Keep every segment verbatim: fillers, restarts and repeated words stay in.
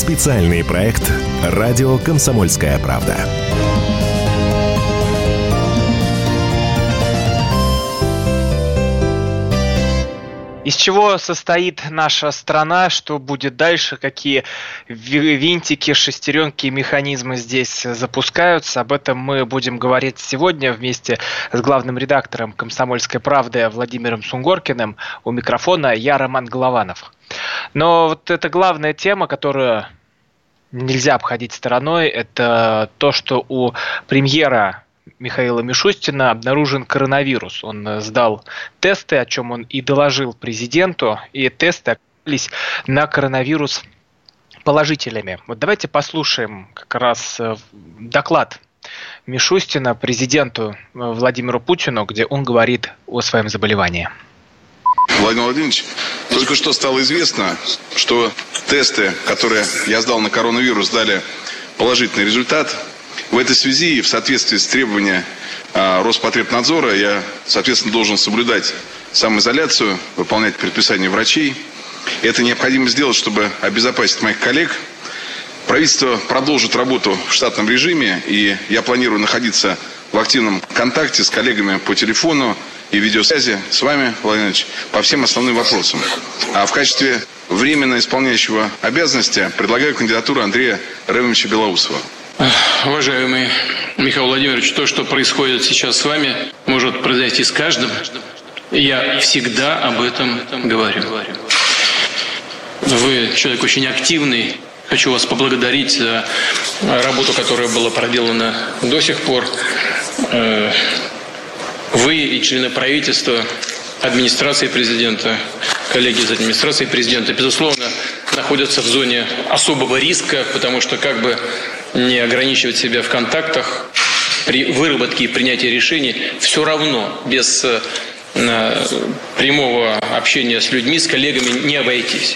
Специальный проект «Радио Комсомольская правда». Из чего состоит наша страна, что будет дальше, какие винтики, шестеренки и механизмы здесь запускаются. Об этом мы будем говорить сегодня вместе с главным редактором «Комсомольской правды» Владимиром Сунгоркиным. У микрофона я, Роман Голованов. Но вот эта главная тема, которую нельзя обходить стороной, это то, что у премьера Михаила Мишустина обнаружен коронавирус. Он сдал тесты, о чем он и доложил президенту, и тесты оказались на коронавирус положительными. Вот давайте послушаем как раз доклад Мишустина президенту Владимиру Путину, где он говорит о своем заболевании. Владимир Владимирович, только что стало известно, что тесты, которые я сдал на коронавирус, дали положительный результат. В этой связи, в соответствии с требованиями э, Роспотребнадзора, я, соответственно, должен соблюдать самоизоляцию, выполнять предписания врачей. Это необходимо сделать, чтобы обезопасить моих коллег. Правительство продолжит работу в штатном режиме, и я планирую находиться в активном контакте с коллегами по телефону и видеосвязи с вами, Владимир Ильич, по всем основным вопросам. А в качестве временно исполняющего обязанности предлагаю кандидатуру Андрея Ремовича Белоусова. Уважаемый Михаил Владимирович, то, что происходит сейчас с вами, может произойти с каждым. Я всегда об этом говорю. Вы человек очень активный. Хочу вас поблагодарить за работу, которая была проделана до сих пор. Вы и члены правительства, администрации президента, коллеги из администрации президента, безусловно, находятся в зоне особого риска, потому что как бы не ограничивать себя в контактах при выработке и принятии решений, все равно без э, прямого общения с людьми, с коллегами не обойтись.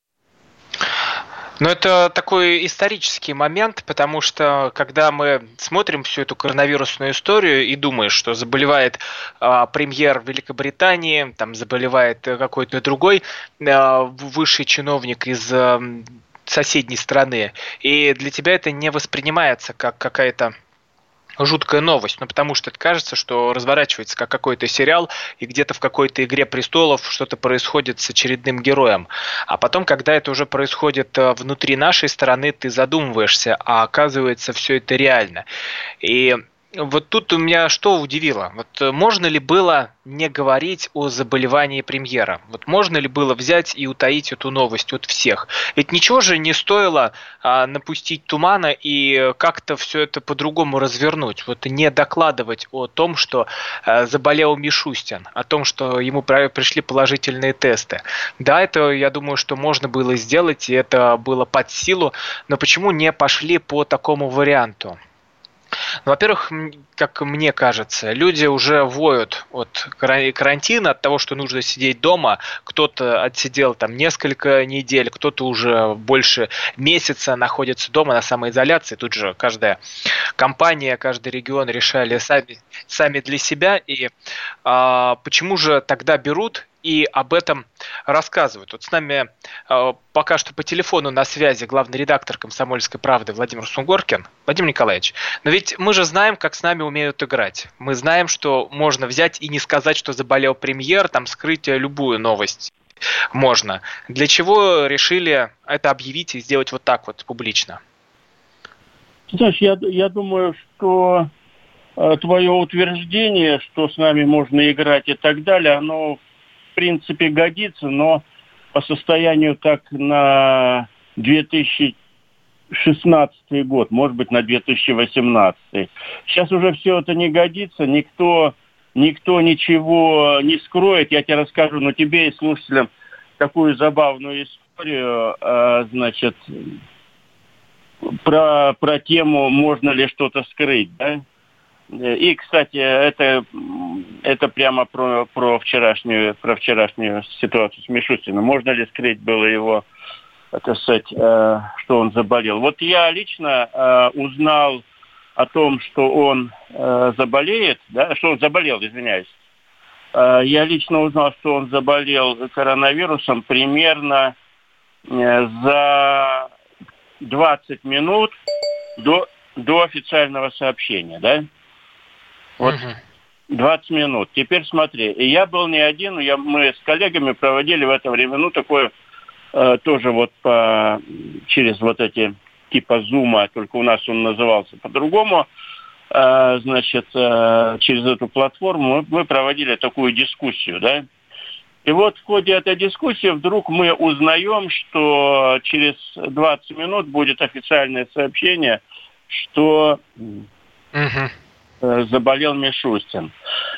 Но это такой исторический момент, потому что когда мы смотрим всю эту коронавирусную историю и думаешь, что заболевает э, премьер Великобритании, там заболевает какой-то другой э, высший чиновник из э, соседней страны, и для тебя это не воспринимается как какая-то жуткая новость, ну потому что это кажется, что разворачивается как какой-то сериал, и где-то в какой-то «Игре престолов» что-то происходит с очередным героем. А потом, когда это уже происходит внутри нашей страны, ты задумываешься, а оказывается все это реально. И вот тут у меня что удивило? Вот можно ли было не говорить о заболевании премьера? Вот можно ли было взять и утаить эту новость от всех? Ведь ничего же не стоило а, напустить тумана и как-то все это по-другому развернуть. Вот не докладывать о том, что а, заболел Мишустин, о том, что ему пришли положительные тесты. Да, это, я думаю, что можно было сделать, и это было под силу, но почему не пошли по такому варианту? Во-первых, как мне кажется, люди уже воют от карантина, от того, что нужно сидеть дома. Кто-то отсидел там несколько недель, кто-то уже больше месяца находится дома на самоизоляции. Тут же каждая компания, каждый регион решали сами, сами для себя. И а, почему же тогда берут и об этом рассказывают? Вот с нами э, пока что по телефону на связи главный редактор «Комсомольской правды» Владимир Сунгоркин. Владимир Николаевич, но ведь мы же знаем, как с нами умеют играть. Мы знаем, что можно взять и не сказать, что заболел премьер, там скрыть любую новость можно. Для чего решили это объявить и сделать вот так вот публично? Знаешь, я, я думаю, что э, твое утверждение, что с нами можно играть и так далее, оно в принципе годится, но по состоянию так на две тысячи шестнадцатый год, может быть, на две тысячи восемнадцатый. Сейчас уже все это не годится, никто, никто ничего не скроет. Я тебе расскажу, но тебе и слушателям такую забавную историю, э, значит, про, про тему, можно ли что-то скрыть, да? И, кстати, это, это прямо про, про, вчерашнюю, про вчерашнюю ситуацию с Мишустиным. Можно ли скрыть было его, так сказать, э, что он заболел? Вот я лично э, узнал о том, что он э, заболеет, да, что он заболел, извиняюсь. Э, я лично узнал, что он заболел коронавирусом примерно э, за двадцать минут до, до официального сообщения, да? Вот двадцать минут. Теперь смотри, и я был не один, я, мы с коллегами проводили в это время, ну, такое э, тоже вот по, через вот эти типа зума, только у нас он назывался по-другому, э, значит, э, через эту платформу мы, мы проводили такую дискуссию, да? И вот в ходе этой дискуссии вдруг мы узнаем, что через двадцать минут будет официальное сообщение, что uh-huh. заболел Мишустин.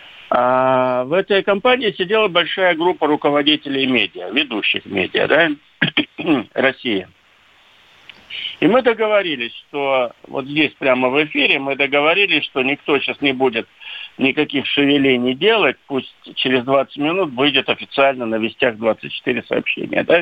А в этой компании сидела большая группа руководителей медиа, ведущих медиа, да, России. И мы договорились, что вот здесь прямо в эфире мы договорились, что никто сейчас не будет никаких шевелений делать, пусть через двадцать минут выйдет официально на Вестях двадцать четыре сообщения, да?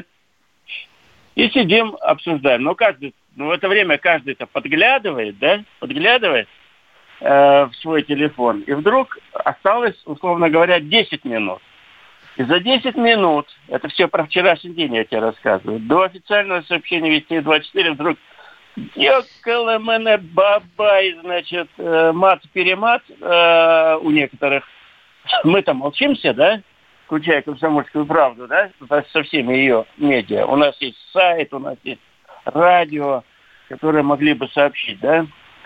И сидим, обсуждаем. Но каждый, ну, в это время каждый-то подглядывает, да, подглядывает э, в свой телефон. И вдруг осталось, условно говоря, десять минут. И за десять минут, это все про вчерашний день я тебе рассказываю, до официального сообщения Вести двадцать четыре вдруг ёкала мене бабай, значит, э, мат-перемат э, у некоторых. Мы-то молчимся, да, включая «Комсомольскую правду», да, со всеми ее медиа. У нас есть сайт, у нас есть радио, которые могли бы сообщить, да.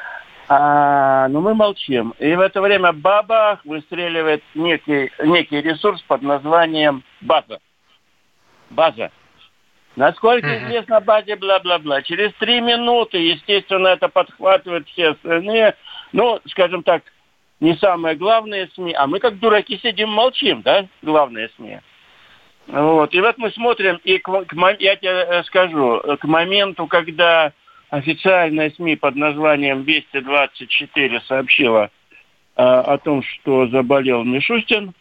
А, но мы молчим. И в это время бабах выстреливает некий, некий ресурс под названием «База». База. Насколько mm-hmm. известно базе, бла-бла-бла. Через три минуты, естественно, это подхватывают все остальные, ну, скажем так, не самые главные СМИ, а мы как дураки сидим, молчим, да, главные СМИ. Вот. И вот мы смотрим, и к, к, я тебе скажу, к моменту, когда официальная СМИ под названием Вести двадцать четыре сообщила э, о том, что заболел Мишустин,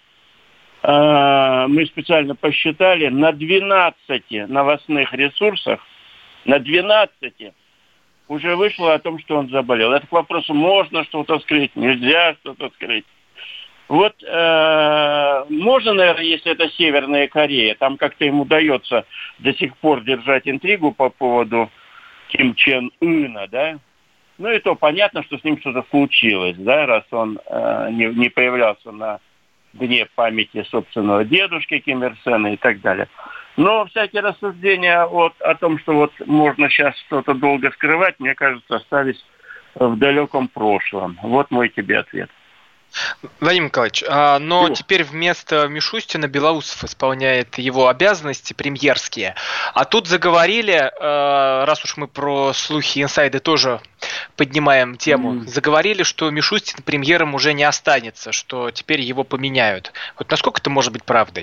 э, мы специально посчитали, на двенадцати новостных ресурсах, на двенадцати уже вышло о том, что он заболел. Это к вопросу, можно что-то скрыть, нельзя что-то скрыть. Вот э, можно, наверное, если это Северная Корея, там как-то им удается до сих пор держать интригу по поводу Ким Чен Ына, да? Ну и то понятно, что с ним что-то случилось, да, раз он э, не, не появлялся на дне памяти собственного дедушки Ким Ир Сена и так далее. Но всякие рассуждения от, о том, что вот можно сейчас что-то долго скрывать, мне кажется, остались в далеком прошлом. Вот мой тебе ответ. Владимир Николаевич, а, но Фу. теперь вместо Мишустина Белоусов исполняет его обязанности премьерские. А тут заговорили, а, раз уж мы про слухи, инсайды тоже поднимаем тему, mm. заговорили, что Мишустин премьером уже не останется, что теперь его поменяют. Вот насколько это может быть правдой?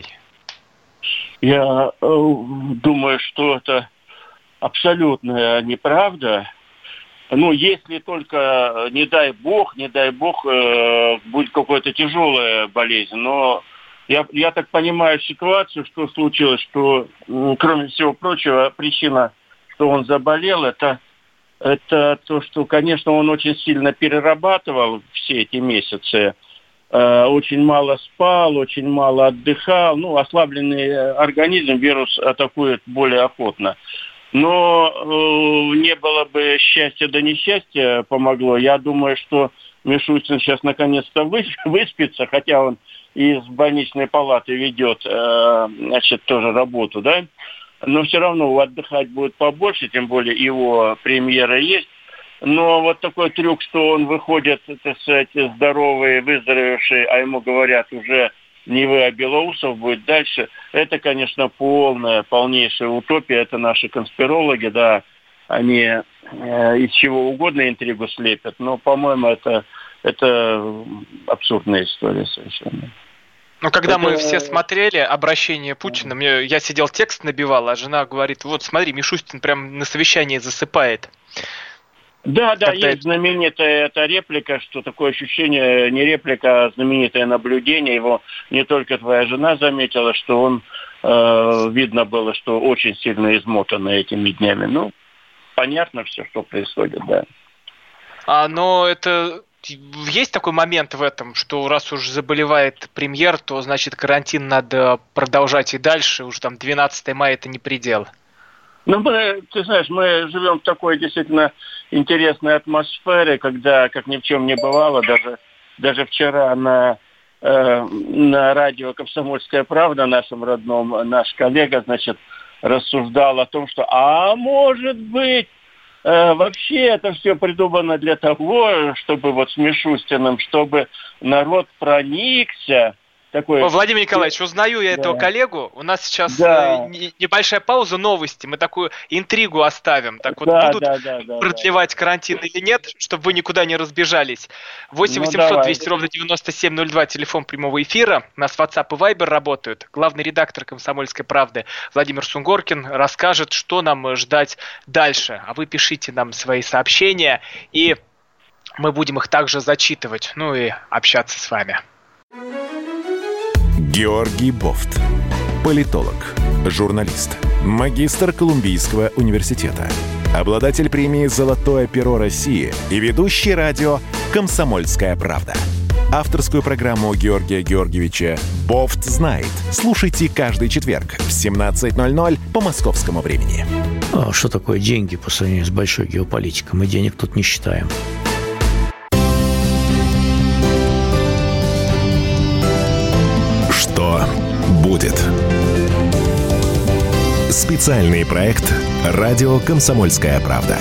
Я э, думаю, что это абсолютная неправда. Ну, если только, не дай бог, не дай бог, э, будет какая-то тяжелая болезнь. Но я, я так понимаю ситуацию, что случилось, что, э, кроме всего прочего, причина, что он заболел, это, это то, что, конечно, он очень сильно перерабатывал все эти месяцы. Э, очень мало спал, очень мало отдыхал. Ну, ослабленный организм вирус атакует более охотно. Но э, не было бы счастья да несчастья помогло. Я думаю, что Мишустин сейчас наконец-то выспится, хотя он из больничной палаты ведет, э, значит, тоже работу, да. Но все равно отдыхать будет побольше, тем более его премьера есть. Но вот такой трюк, что он выходит, так сказать, здоровый, выздоровевший, а ему говорят уже не вы, а Белоусов будет дальше, это, конечно, полная, полнейшая утопия. Это наши конспирологи, да, они э, из чего угодно интригу слепят, но, по-моему, это, это абсурдная история совершенно. Ну, когда это... мы все смотрели обращение Путина, мне, я сидел, текст набивал, а жена говорит, вот смотри, Мишустин прям на совещании засыпает. Да, да, Когда есть знаменитая эта реплика, что такое ощущение, не реплика, а знаменитое наблюдение. Его не только твоя жена заметила, что он, э, видно было, что очень сильно измотан этими днями. Ну, понятно все, что происходит, да. А, но это... Есть такой момент в этом, что раз уж заболевает премьер, то, значит, карантин надо продолжать и дальше, уже там двенадцатое мая это не предел. Ну, мы, ты знаешь, мы живем в такой действительно интересной атмосфере, когда, как ни в чем не бывало, даже, даже вчера на, э, на радио «Комсомольская правда» нашем родном, наш коллега, значит, рассуждал о том, что, а может быть, э, вообще это все придумано для того, чтобы вот с Мишустиным, чтобы народ проникся. Такой... Владимир Николаевич, узнаю я да. этого коллегу. У нас сейчас да. небольшая пауза, новости. Мы такую интригу оставим. Так вот, да, будут да, да, да, продлевать да. карантин или нет, чтобы вы никуда не разбежались. восемь восемьсот двести ровно девяносто семь ноль два, телефон прямого эфира. У нас WhatsApp и Viber работают. Главный редактор «Комсомольской правды» Владимир Сунгоркин расскажет, что нам ждать дальше. А вы пишите нам свои сообщения, и мы будем их также зачитывать, ну и общаться с вами. Георгий Бофт. Политолог, журналист, магистр Колумбийского университета, обладатель премии «Золотое перо России» и ведущий радио «Комсомольская правда». Авторскую программу Георгия Георгиевича «Бофт знает». Слушайте каждый четверг в семнадцать ноль ноль по московскому времени. А что такое деньги по сравнению с большой геополитикой? Мы денег тут не считаем. Что будет? Специальный проект «Радио Комсомольская правда».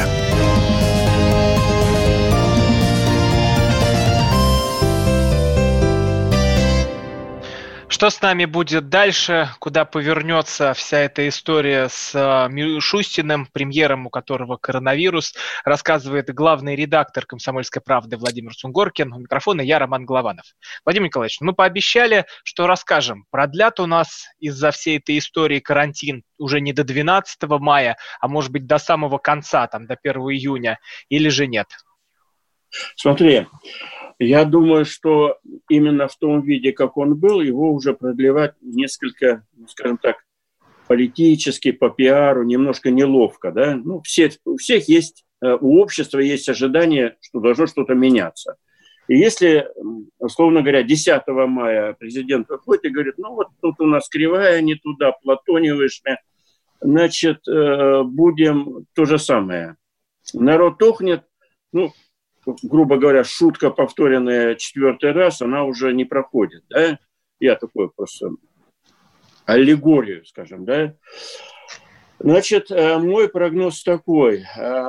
Что с нами будет дальше, куда повернется вся эта история с Мишустиным, премьером, у которого коронавирус, рассказывает главный редактор «Комсомольской правды» Владимир Сунгоркин. У микрофона я, Роман Голованов. Владимир Николаевич, мы пообещали, что расскажем. Продлят у нас из-за всей этой истории карантин уже не до двенадцатого мая, а может быть до самого конца, там, до первого июня, или же нет? Смотри, я думаю, что именно в том виде, как он был, его уже продлевать несколько, скажем так, политически, по пиару, немножко неловко. Да? Ну, все, у всех есть, у общества есть ожидание, что должно что-то меняться. И если, условно говоря, десятого мая президент выходит и говорит, ну вот тут у нас кривая не туда, плато не вышли, значит, будем то же самое. Народ тухнет, ну, грубо говоря, шутка, повторенная четвертый раз, она уже не проходит, да? Я такой просто аллегорию, скажем, да? Значит, мой прогноз такой,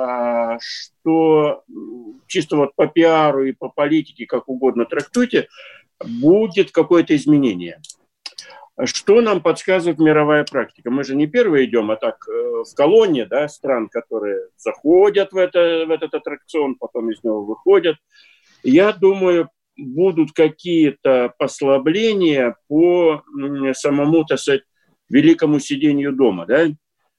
что чисто вот по пиару и по политике, как угодно трактуйте, будет какое-то изменение. Что нам подсказывает мировая практика? Мы же не первые идем, а так в колонне, да, стран, которые заходят в, это, в этот аттракцион, потом из него выходят. Я думаю, будут какие-то послабления по самому, так сказать, великому сидению дома. Да?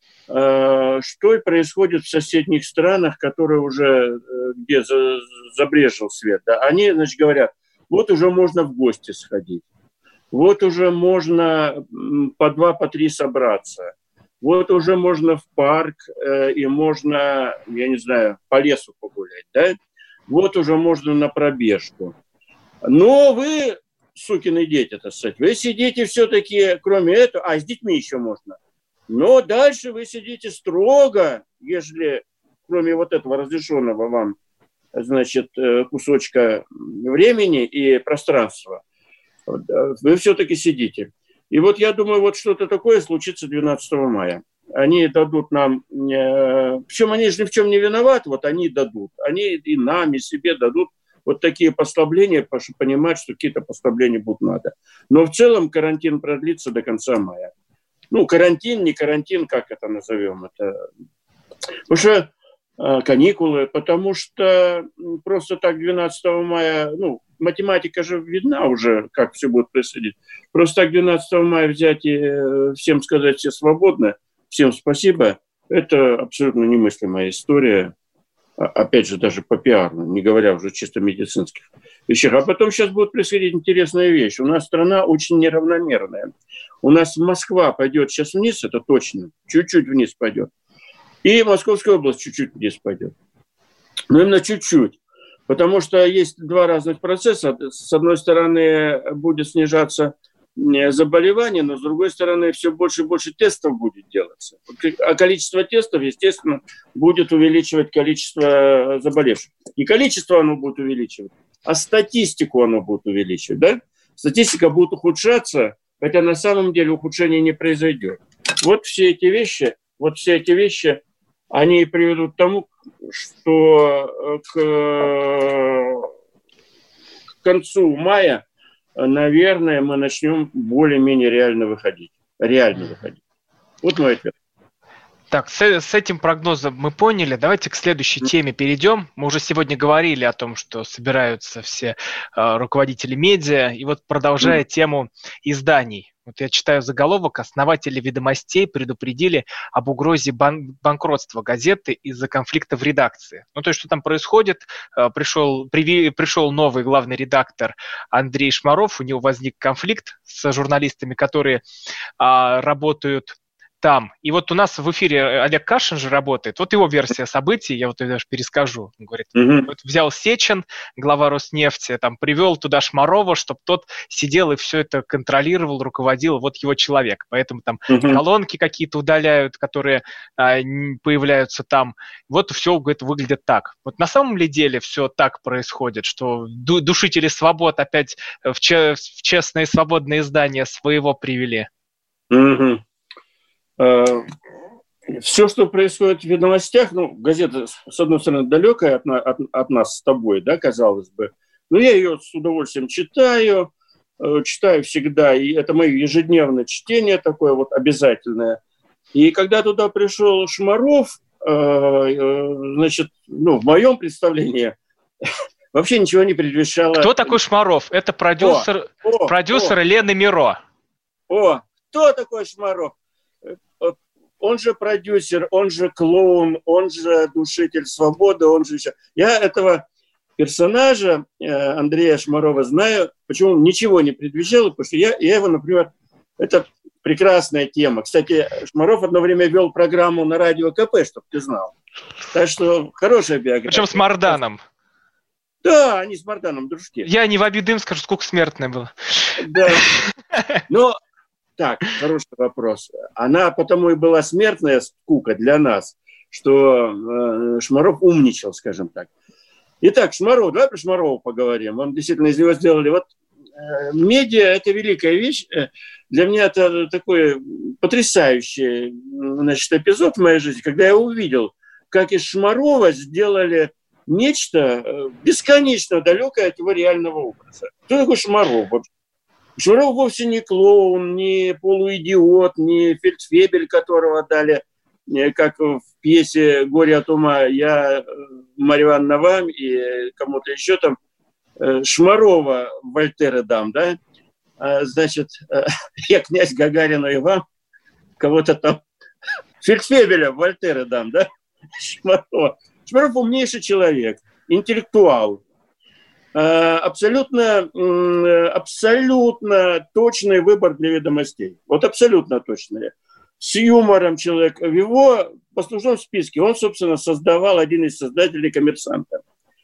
Что и происходит в соседних странах, которые уже, где забрежил свет. Да? Они, значит, говорят, вот уже можно в гости сходить. Вот уже можно по два, по три собраться. Вот уже можно в парк э, и можно, я не знаю, по лесу погулять, да? Вот уже можно на пробежку. Но вы, сукины дети, так сказать, вы сидите все-таки, кроме этого, а с детьми еще можно. Но дальше вы сидите строго, если, кроме вот этого разрешенного вам, значит, кусочка времени и пространства, вы все-таки сидите. И вот я думаю, вот что-то такое случится двенадцатого мая. Они дадут нам... Э, причем они же ни в чем не виноваты, вот они дадут. Они и нам, и себе дадут вот такие послабления, потому что понимать, что какие-то послабления будут надо. Но в целом карантин продлится до конца мая. Ну, карантин, не карантин, как это назовем? Это... Потому что э, каникулы, потому что просто так двенадцатого мая... Ну, математика же видна уже, как все будет происходить. Просто так двенадцатого мая взять и всем сказать, все свободны, всем спасибо, это абсолютно немыслимая история. Опять же, даже по пиару, не говоря уже чисто медицинских вещах. А потом сейчас будет происходить интересная вещь. У нас страна очень неравномерная. У нас Москва пойдет сейчас вниз, это точно, чуть-чуть вниз пойдет. И Московская область чуть-чуть вниз пойдет. Но именно чуть-чуть. Потому что есть два разных процесса. С одной стороны, будет снижаться заболевания, но, с другой стороны, все больше и больше тестов будет делаться. А количество тестов, естественно, будет увеличивать количество заболевших. Не количество оно будет увеличивать, а статистику оно будет увеличивать. Да? Статистика будет ухудшаться, хотя на самом деле ухудшение не произойдет. Вот все эти вещи, вот все эти вещи, они приведут к тому, что к, к концу мая, наверное, мы начнем более-менее реально выходить. Реально выходить. Вот мой ответ. Так, с, с этим прогнозом мы поняли. Давайте к следующей теме перейдем. Мы уже сегодня говорили о том, что собираются все э, руководители медиа. И вот продолжая mm. тему изданий. Вот я читаю заголовок. Основатели «Ведомостей» предупредили об угрозе бан- банкротства газеты из-за конфликта в редакции. Ну, то есть, что там происходит? Э, пришел, приви, пришел новый главный редактор Андрей Шмаров. У него возник конфликт с журналистами, которые э, работают там. И вот у нас в эфире Олег Кашин же работает. Вот его версия событий, я вот ее даже перескажу. Он говорит, mm-hmm. вот взял Сечин, глава Роснефти, там привел туда Шмарова, чтобы тот сидел и все это контролировал, руководил, вот его человек. Поэтому там mm-hmm. колонки какие-то удаляют, которые а, появляются там. Вот все, говорит, выглядит так. Вот на самом ли деле все так происходит, что ду- душители свобод опять в, че- в честные свободные издания своего привели? Mm-hmm. Все, что происходит в «Ведомостях», ну, газета, с одной стороны, далекая от, от, от нас с тобой, да, казалось бы, но я ее с удовольствием читаю, читаю всегда, и это мое ежедневное чтение такое вот обязательное. И когда туда пришел Шмаров, значит, ну, в моем представлении вообще ничего не предвещало. Кто такой Шмаров? Это продюсер, о, о, продюсер о. Лены Миро. О, кто такой Шмаров? Он же продюсер, он же клоун, он же душитель свободы, он же еще... Я этого персонажа, Андрея Шмарова, знаю, почему он ничего не предвещал, потому что я, я его, например, это прекрасная тема. Кстати, Шмаров одно время вел программу на радио ка пэ, чтобы ты знал. Так что хорошая биография. Причем с Марданом. Да, они с Марданом дружки. Я не в обиду им скажу, сколько смертное было. Да. Но... Так, хороший вопрос. Она потому и была смертная скука для нас, что э, Шмаров умничал, скажем так. Итак, Шмаров, давай про Шмарова поговорим. Он действительно из него сделали. Вот э, медиа – это великая вещь. Для меня это такой потрясающий, значит, эпизод в моей жизни, когда я увидел, как из Шмарова сделали нечто бесконечно далекое от его реального образа. Кто такой Шмаров вообще? Шмаров вовсе не клоун, не полуидиот, не фельдфебель, которого дали, как в пьесе «Горе от ума», я, Марья Ивановна, вам и кому-то еще там, Шмарова Вольтера дам, да? Значит, я князь Гагарину и вам, кого-то там, фельдфебеля Вольтера дам, да? Шмарова. Шмаров умнейший человек, интеллектуал. Абсолютно, абсолютно точный выбор для «Ведомостей». Вот абсолютно точный. С юмором человек. В его послужном списке он, собственно, создавал, один из создателей «Коммерсанта»,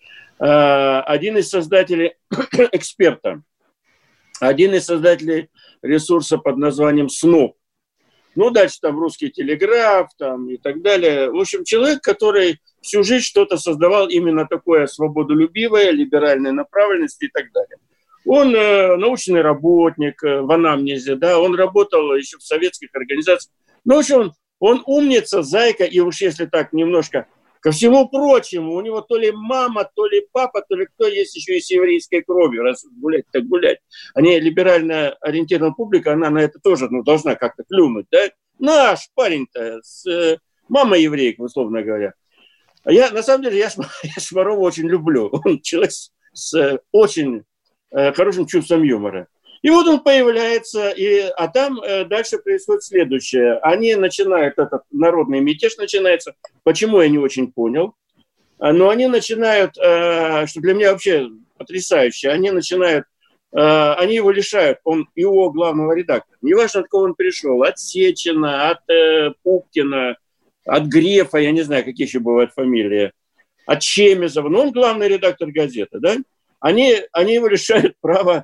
один из создателей «Эксперта», один из создателей ресурса под названием «СНОП». Ну, дальше там «Русский телеграф» там, и так далее. В общем, человек, который всю жизнь что-то создавал именно такое свободолюбивое, либеральной направленности и так далее. Он э, научный работник э, в анамнезе, да, он работал еще в советских организациях. Ну, в общем, он, он умница, зайка, и уж если так немножко ко всему прочему, у него то ли мама, то ли папа, то ли кто есть еще и с еврейской кровью, раз гулять, так гулять. Они либерально ориентированная публика, она на это тоже ну, должна как-то клюнуть, да? Наш парень-то с э, мамой еврейка, условно говоря. А я, на самом деле, я, я Шмарова очень люблю. Он человек с, с очень э, хорошим чувством юмора. И вот он появляется, и, а там э, дальше происходит следующее. Они начинают, этот народный мятеж начинается. Почему, я не очень понял. Но они начинают, э, что для меня вообще потрясающе, они начинают, э, они его лишают, он его главного редактора. Неважно, от кого он пришел, от Сечина, от э, Пупкина, от Грефа, я не знаю, какие еще бывают фамилии, от Чемезова, но он главный редактор газеты, да? Они, они его лишают права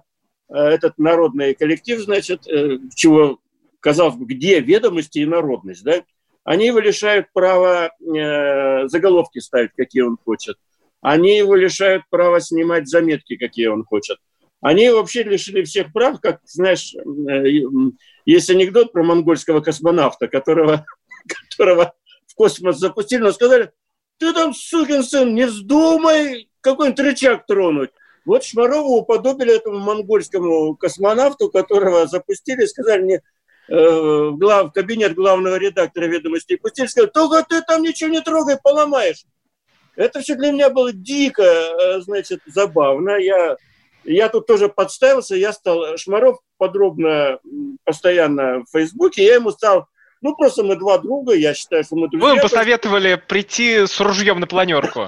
этот народный коллектив, значит, чего, казалось бы, где ведомости и народность, да? Они его лишают права э, заголовки ставить, какие он хочет. Они его лишают права снимать заметки, какие он хочет. Они вообще лишили всех прав, как, знаешь, э, есть анекдот про монгольского космонавта, которого, которого в космос запустили, но сказали: ты там, сукин сын, не вздумай какой-нибудь рычаг тронуть. Вот Шмарову уподобили этому монгольскому космонавту, которого запустили, сказали мне, э, в, глав, в кабинет главного редактора «Ведомостей» пустили, сказали: только ты там ничего не трогай, поломаешь. Это все для меня было дико, э, значит, забавно. Я, я тут тоже подставился, я стал... Шмаров подробно, постоянно в Фейсбуке, я ему стал... Ну, просто мы два друга, я считаю, что мы друзья. Вы ему посоветовали прийти с ружьем на планерку.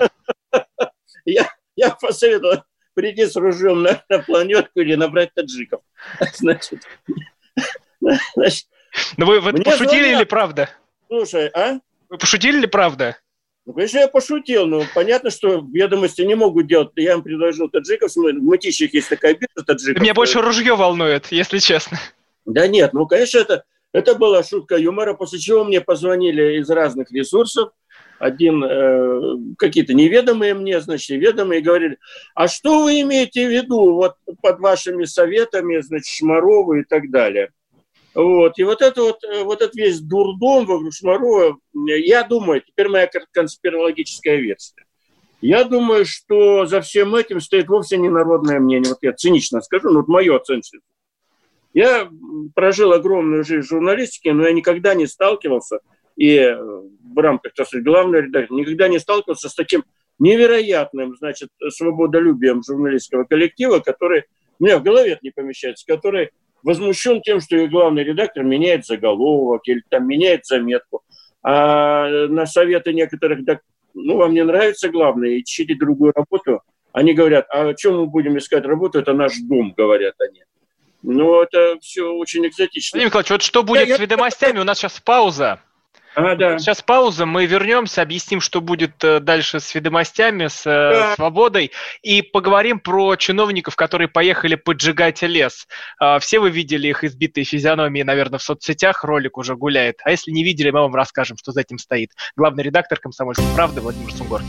Я посоветовал прийти с ружьем на, на планерку или набрать таджиков. Значит, значит, ну вы, вы пошутили звонят. Или правда? Слушай, а? Вы пошутили или правда? Ну, конечно, я пошутил, но понятно, что ведомости не могут делать. Я им предложил таджиков, в Мытищах есть такая биржа таджиков. Меня больше ружье волнует, если честно. Да нет, ну, конечно, это, это была шутка юмора, после чего мне позвонили из разных ресурсов. Один, э, какие-то неведомые мне, значит, ведомые, говорили: а что вы имеете в виду вот под вашими советами, значит, Шмарова и так далее. Вот. И вот это вот, вот этот весь дурдом вокруг Шмарова, я думаю, теперь моя конспирологическая версия. Я думаю, что за всем этим стоит вовсе не народное мнение. Вот я цинично скажу, но вот мое оценка. Я прожил огромную жизнь в журналистике, но я никогда не сталкивался и в рамках, так сказать, главного редактора никогда не сталкивался с таким невероятным, значит, свободолюбием журналистского коллектива, который у меня в голове не помещается, который возмущен тем, что главный редактор меняет заголовок или там меняет заметку. А на советы некоторых: да, ну, вам не нравится главное, ищите другую работу. Они говорят: а о чем мы будем искать работу? Это наш дом, говорят они. Ну, это все очень экзотично. Владимир Николаевич, вот что будет я, с ведомостями? У нас сейчас пауза. А, да. Сейчас пауза, мы вернемся, объясним, что будет дальше с ведомостями, с да. свободой, и поговорим про чиновников, которые поехали поджигать лес. Все вы видели их избитые физиономии, наверное, в соцсетях, ролик уже гуляет. А если не видели, мы вам расскажем, что за этим стоит. Главный редактор «Комсомольской правды» Владимир Сунгоркин.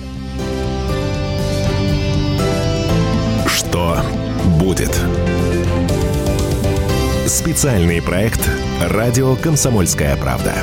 Что будет? Специальный проект «Радио Комсомольская правда».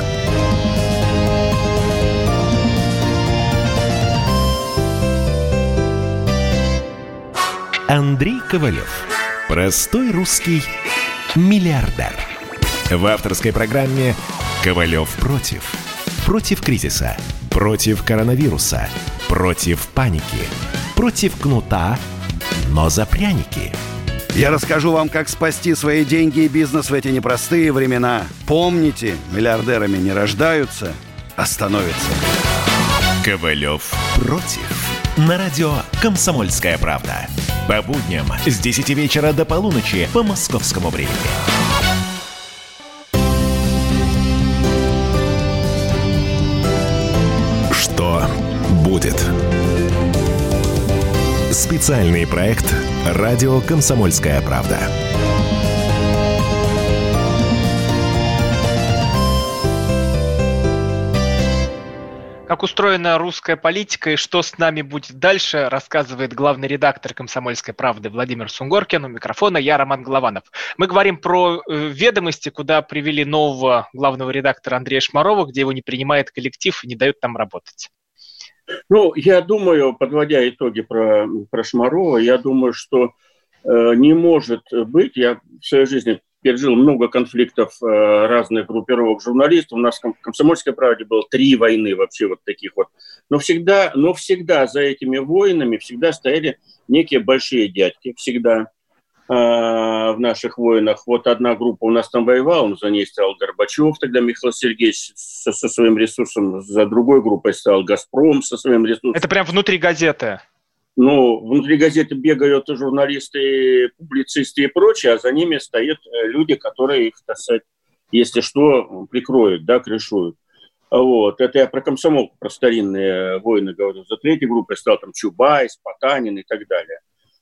Андрей Ковалев. Простой русский миллиардер. В авторской программе «Ковалев против». Против кризиса, против коронавируса, против паники, против кнута, но за пряники. Я расскажу вам, как спасти свои деньги и бизнес в эти непростые времена. Помните, миллиардерами не рождаются, а становятся. Ковалев против. На радио «Комсомольская правда». По будням с десяти вечера до полуночи по московскому времени. Что будет? Специальный проект «Радио Комсомольская правда». Как устроена русская политика и что с нами будет дальше, рассказывает главный редактор «Комсомольской правды» Владимир Сунгоркин. У микрофона я, Роман Голованов. Мы говорим про э, ведомости, куда привели нового главного редактора Андрея Шмарова, где его не принимает коллектив и не дают там работать. Ну, я думаю, подводя итоги про, про Шмарова, я думаю, что э, не может быть, я в своей жизни пережил много конфликтов э, разных группировок журналистов. У нас в «Комсомольской правде» было три войны вообще вот таких вот. Но всегда, но всегда за этими войнами всегда стояли некие большие дядьки. Всегда э, в наших войнах. Вот одна группа у нас там воевала, но за ней стоял Горбачев, тогда Михаил Сергеевич со, со своим ресурсом. За другой группой стоял «Газпром» со своим ресурсом. Это прям внутри газеты? Ну, внутри газеты бегают журналисты, публицисты и прочее, а за ними стоят люди, которые их, так сказать, если что, прикроют, да, крышуют. Вот. Это я про комсомолку, про старинные войны говорю. За третьей группой стал там Чубайс, Потанин и так далее.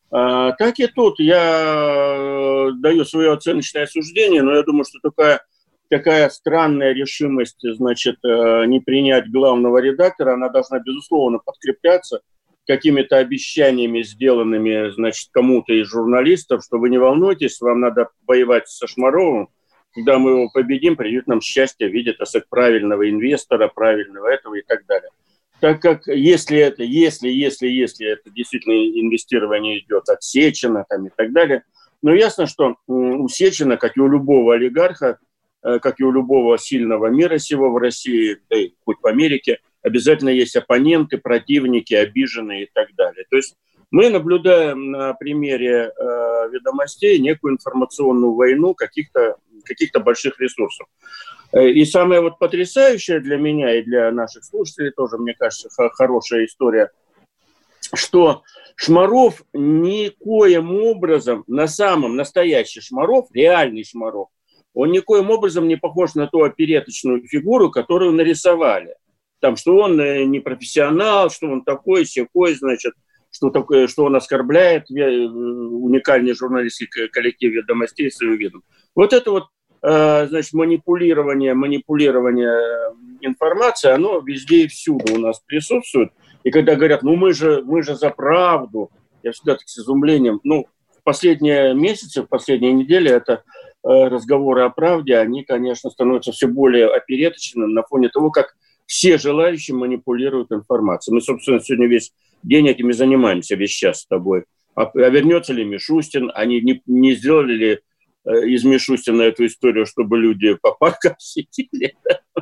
А, так и тут я даю свое оценочное суждение, но я думаю, что такая, такая странная решимость, значит, не принять главного редактора, она должна, безусловно, подкрепляться какими-то обещаниями, сделанными, значит, кому-то из журналистов, что вы не волнуйтесь, вам надо воевать со Шмаровым, когда мы его победим, придет нам счастье в виде, так сказать, правильного инвестора, правильного этого и так далее. Так как если это, если, если, если это действительно инвестирование идет от Сечина там, и так далее, но ясно, что у Сечина, как и у любого олигарха, как и у любого сильного мира сего в России, да и хоть в Америке, обязательно есть оппоненты, противники, обиженные и так далее. То есть мы наблюдаем на примере э, ведомостей некую информационную войну каких-то, каких-то больших ресурсов. И самое вот потрясающее для меня и для наших слушателей тоже, мне кажется, хорошая история, что Шмаров никоим образом, на самом настоящий Шмаров, реальный Шмаров, он никоим образом не похож на ту опереточную фигуру, которую нарисовали. Там, что он не профессионал, что он такой, сякой, значит, что, такое, что он оскорбляет уникальный журналистский коллектив ведомостей своим видом. Вот это вот, значит, манипулирование, манипулирование информацией, оно везде и всюду у нас присутствует. И когда говорят, ну мы же, мы же за правду, я всегда так с изумлением, ну, в последние месяцы, в последние недели это разговоры о правде, они, конечно, становятся все более опереточными на фоне того, как все желающие манипулируют информацией. Мы, собственно, сегодня весь день этим и занимаемся, весь час с тобой. А, а вернется ли Мишустин? Они не, не сделали ли э, из Мишустина эту историю, чтобы люди по паркам сидели?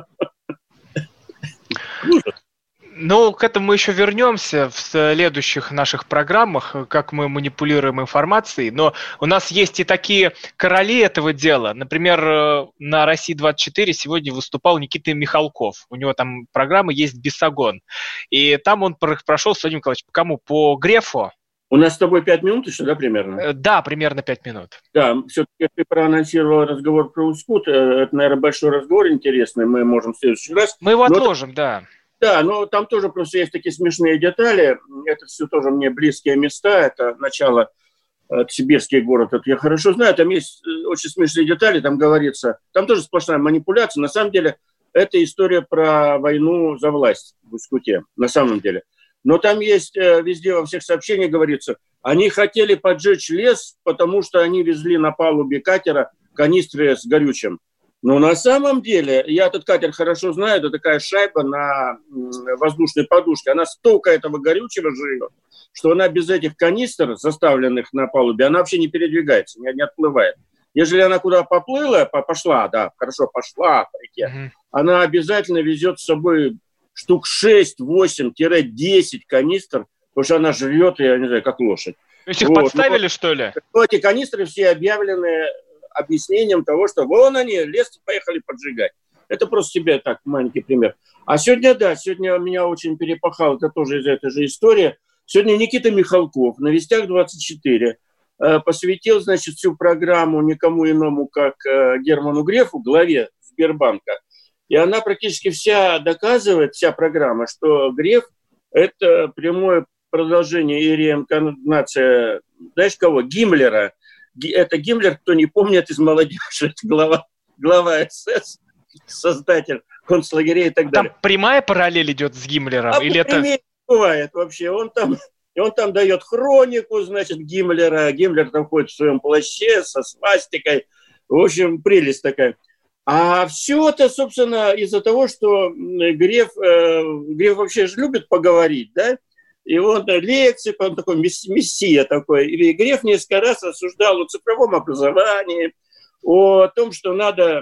Ну, к этому мы еще вернемся в следующих наших программах, как мы манипулируем информацией. Но у нас есть и такие короли этого дела. Например, на России двадцать четыре сегодня выступал Никита Михалков. У него там программа есть «Бесогон». И там он прошел, Владимир Николаевич, по кому? По Грефу. У нас с тобой пять минут еще, да, примерно? Да, примерно пять минут. Да, все-таки ты проанонсировал разговор про Ускут. Это, наверное, большой разговор интересный. Мы можем в следующий раз. Мы его Но... отложим, да. Да, но там тоже просто есть такие смешные детали. Это все тоже мне близкие места. Это начало, это сибирский город, это я хорошо знаю. Там есть очень смешные детали, там говорится, там тоже сплошная манипуляция. На самом деле, это история про войну за власть в Ускуте, на самом деле. Но там есть везде, во всех сообщениях говорится, они хотели поджечь лес, потому что они везли на палубе катера канистры с горючим. Но на самом деле, я этот катер хорошо знаю, это такая шайба на воздушной подушке. Она столько этого горючего живет, что она без этих канистр, заставленных на палубе, она вообще не передвигается, не, не отплывает. Если она куда поплыла, пошла, да, хорошо, пошла по реке, mm-hmm. она обязательно везет с собой штук шесть, восемь, десять канистр, потому что она жрет, я не знаю, как лошадь. То есть их вот. Подставили, но, что ли? Эти канистры все объявлены объяснением того, что вон они, лес, поехали поджигать. Это просто себе так, маленький пример. А сегодня, да, сегодня меня очень перепахал, это тоже из этой же истории. Сегодня Никита Михалков на Вестях двадцать четыре э, посвятил, значит, всю программу никому иному, как э, Герману Грефу, главе Сбербанка. И она практически вся доказывает, вся программа, что Греф – это прямое продолжение и реинкарнация, знаешь кого? Гиммлера. Это Гиммлер, кто не помнит, из молодежи, это глава, глава СС, создатель концлагерей и так далее. Там прямая параллель идет с Гиммлером? А или это... бывает вообще. Он там, он там дает хронику, значит, Гиммлера. Гиммлер там ходит в своем плаще со свастикой. В общем, прелесть такая. А все это, собственно, из-за того, что Греф, э, Греф вообще же любит поговорить, да? И он лекции, он такой мессия такой. И Греф несколько раз рассуждал о цифровом образовании, о том, что надо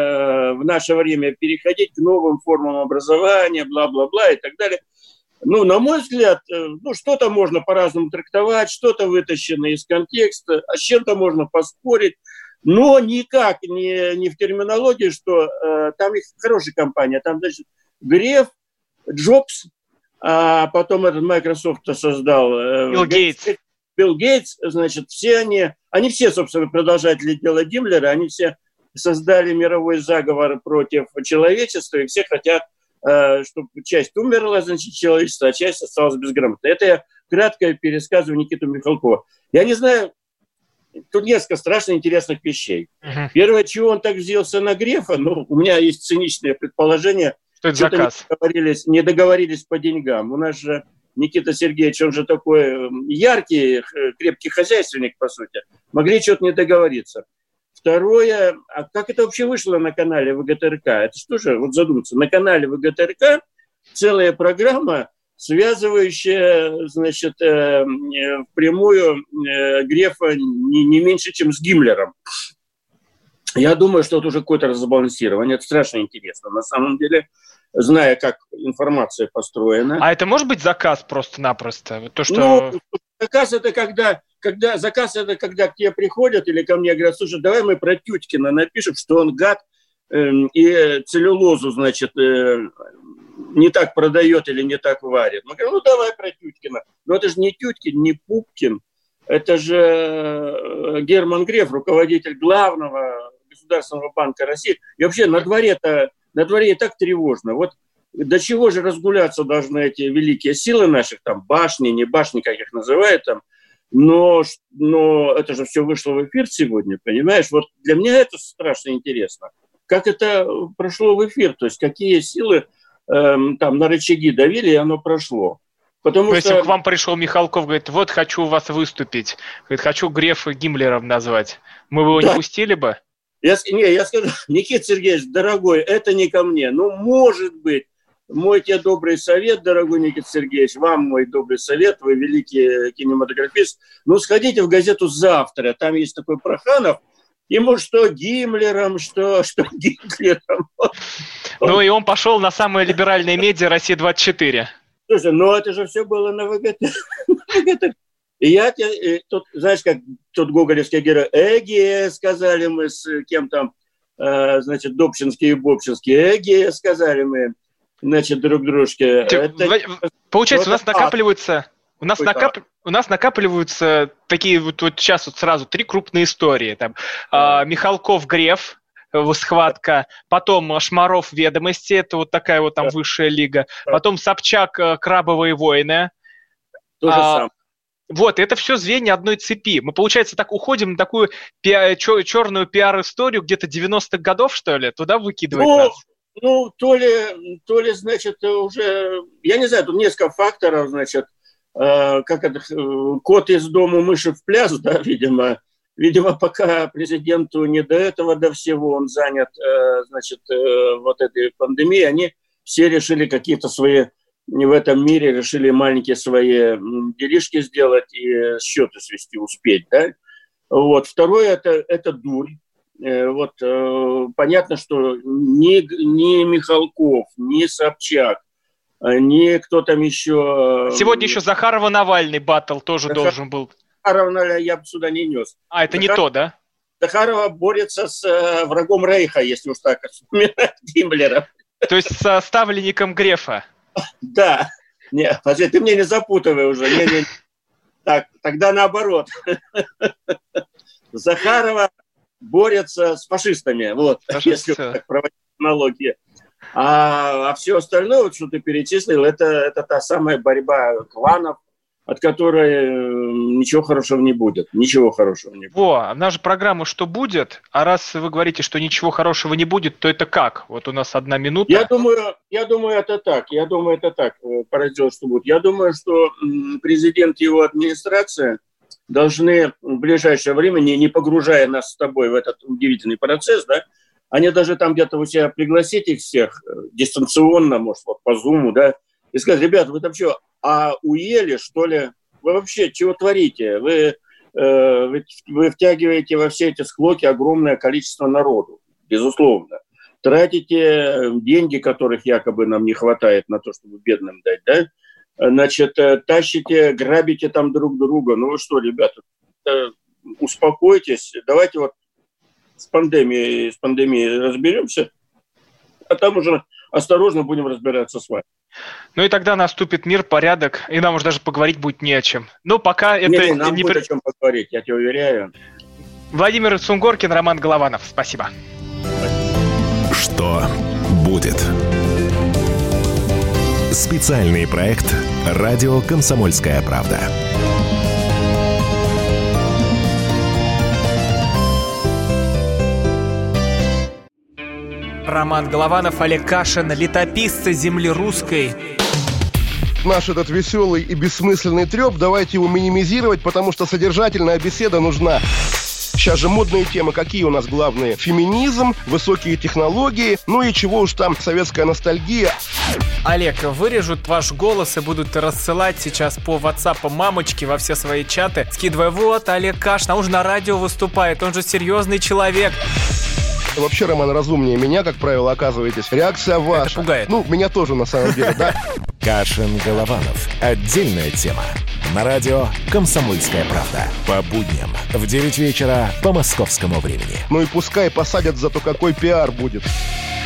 э, в наше время переходить к новым формам образования, бла-бла-бла и так далее. Ну, на мой взгляд, э, ну, что-то можно по-разному трактовать, что-то вытащено из контекста, а с чем-то можно поспорить, но никак не, не в терминологии, что э, там их хорошая компания, там, значит, Греф, Джобс, а потом этот Microsoft создал Билл Гейтс. Билл Гейтс, значит, все они, они все, собственно, продолжатели дела Гиммлера, они все создали мировой заговор против человечества, и все хотят, чтобы часть умерла, значит, человечество, а часть осталась безграмотной. Это я краткое пересказываю Никиту Михалкова. Я не знаю, тут несколько страшно интересных вещей. Uh-huh. Первое, чего он так взялся на Грефа, ну, у меня есть циничное предположение, что это заказ. Не договорились, не договорились по деньгам. У нас же Никита Сергеевич, он же такой яркий, крепкий хозяйственник, по сути. Могли что-то не договориться. Второе, а как это вообще вышло на канале ВГТРК? Это что же, вот задуматься, на канале ВГТРК целая программа, связывающая, значит, э, впрямую э, Грефа не, не меньше, чем с Гиммлером. Я думаю, что это уже какое-то разбалансирование. Это страшно интересно, на самом деле, зная, как информация построена. А это может быть заказ просто-напросто? То, что... Ну, заказ это когда, когда, заказ это когда к тебе приходят или ко мне говорят, слушай, давай мы про Тюткина напишем, что он гад э, и целлюлозу, значит, э, не так продает или не так варит. Мы говорим, ну давай про Тюткина. Но это же не Тюткин, не Пупкин. Это же Герман Греф, руководитель главного Государственного банка России. И вообще на дворе-то, на дворе и так тревожно. Вот до чего же разгуляться должны эти великие силы наших, там башни, не башни, как их называют, там. Но, но это же все вышло в эфир сегодня, понимаешь? Вот для меня это страшно интересно. Как это прошло в эфир, то есть какие силы эм, там на рычаги давили, и оно прошло. Потому То что... есть к вам пришел Михалков, говорит, вот хочу у вас выступить, говорит, хочу Грефа Гиммлером назвать. Мы бы его да. не пустили бы? Я, не, я сказал, Никита Сергеевич, дорогой, это не ко мне. Ну, может быть, мой тебе добрый совет, дорогой Никита Сергеевич, вам мой добрый совет, вы великий кинематографист. Ну, сходите в газету «Завтра», там есть такой Проханов, ему что Гиммлером, что, что Гитлером. Ну, и он пошел на самые либеральные медиа «Россия двадцать четыре». Слушай, ну это же все было на ВГТ. И я тебе, тут, знаешь, как тот гоголевский герой, эге, сказали мы с кем там, э, значит, Добщинский и Бобщинский, эге, сказали мы, значит, друг дружке. Это... Получается, у нас накапливаются, у нас, накап... у нас накапливаются такие вот, вот сейчас вот сразу три крупные истории. Там, э, Михалков, Греф, схватка, потом Шмаров «Ведомости», это вот такая вот там да. высшая лига, потом Собчак «Крабовые войны». То же а, самое. Вот, это все звенья одной цепи. Мы, получается, так уходим на такую пи- чер- черную пиар-историю где-то девяностых годов, что ли, туда выкидывать ну, нас. Ну, то ли, то ли, значит, уже, я не знаю, тут несколько факторов, значит, э, как это, э, кот из дому, мыши в пляс, да, видимо, Видимо, пока президенту не до этого, до всего, он занят, э, значит, э, вот этой пандемией, они все решили какие-то свои, в этом мире решили маленькие свои делишки сделать и счеты свести, успеть, да. Вот. Второе, это, это дурь. Э, вот, э, понятно, что ни, ни Михалков, ни Собчак, ни кто там еще... Сегодня еще Захарова-Навальный баттл тоже Захар... должен был... Захарова я бы сюда не нес. А, это Захар... не то, да? Захарова борется с э, врагом Рейха, если уж так вспоминать Гиммлера. То есть со ставленником Грефа? Да. Не, подожди, ты мне не запутывай уже. Не, не. Так, тогда наоборот. Захарова борется с фашистами, вот, если так проводить аналогии. А, а все остальное, вот, что ты перечислил, это, это та самая борьба кланов, от которой ничего хорошего не будет. Ничего хорошего не будет. Во, наша программа «Что будет?», а раз вы говорите, что ничего хорошего не будет, то это как? Вот у нас одна минута. Я думаю, я думаю это так. Я думаю, это так. Поразило, что будет. Я думаю, что президент и его администрация должны в ближайшее время, не, не погружая нас с тобой в этот удивительный процесс, да, они даже там где-то у себя пригласить их всех дистанционно, может, вот по Зуму, да, и сказать, ребята, вы там что, а уели, что ли? Вы вообще чего творите? Вы, э, вы, вы втягиваете во все эти склоки огромное количество народу, безусловно. Тратите деньги, которых якобы нам не хватает на то, чтобы бедным дать, да? Значит, тащите, грабите там друг друга. Ну вы что, ребята, успокойтесь. Давайте вот с пандемией, с пандемией разберемся, а там уже осторожно будем разбираться с вами. Ну и тогда наступит мир, порядок, и нам уже даже поговорить будет не о чем. Но пока не, это... Не, нам не будет о чем поговорить, я тебе уверяю. Владимир Сунгоркин, Роман Голованов. Спасибо. Что будет? Специальный проект «Радио Комсомольская правда». Роман Голованов, Олег Кашин, летописцы земли русской. Наш этот веселый и бессмысленный треп, давайте его минимизировать, потому что содержательная беседа нужна. Сейчас же модные темы, какие у нас главные? Феминизм, высокие технологии, ну и чего уж там, советская ностальгия. Олег, вырежут ваш голос и будут рассылать сейчас по WhatsApp мамочки во все свои чаты, скидывая: вот, Олег Кашин, а он же на радио выступает, он же серьезный человек. Вообще, Роман, разумнее меня, как правило, оказываетесь. Реакция ваша. Это пугает. Ну, меня тоже, на самом деле, да. Кашин-Голованов. Отдельная тема. На радио «Комсомольская правда». По будням в девять вечера по московскому времени. Ну и пускай посадят, зато какой пиар будет.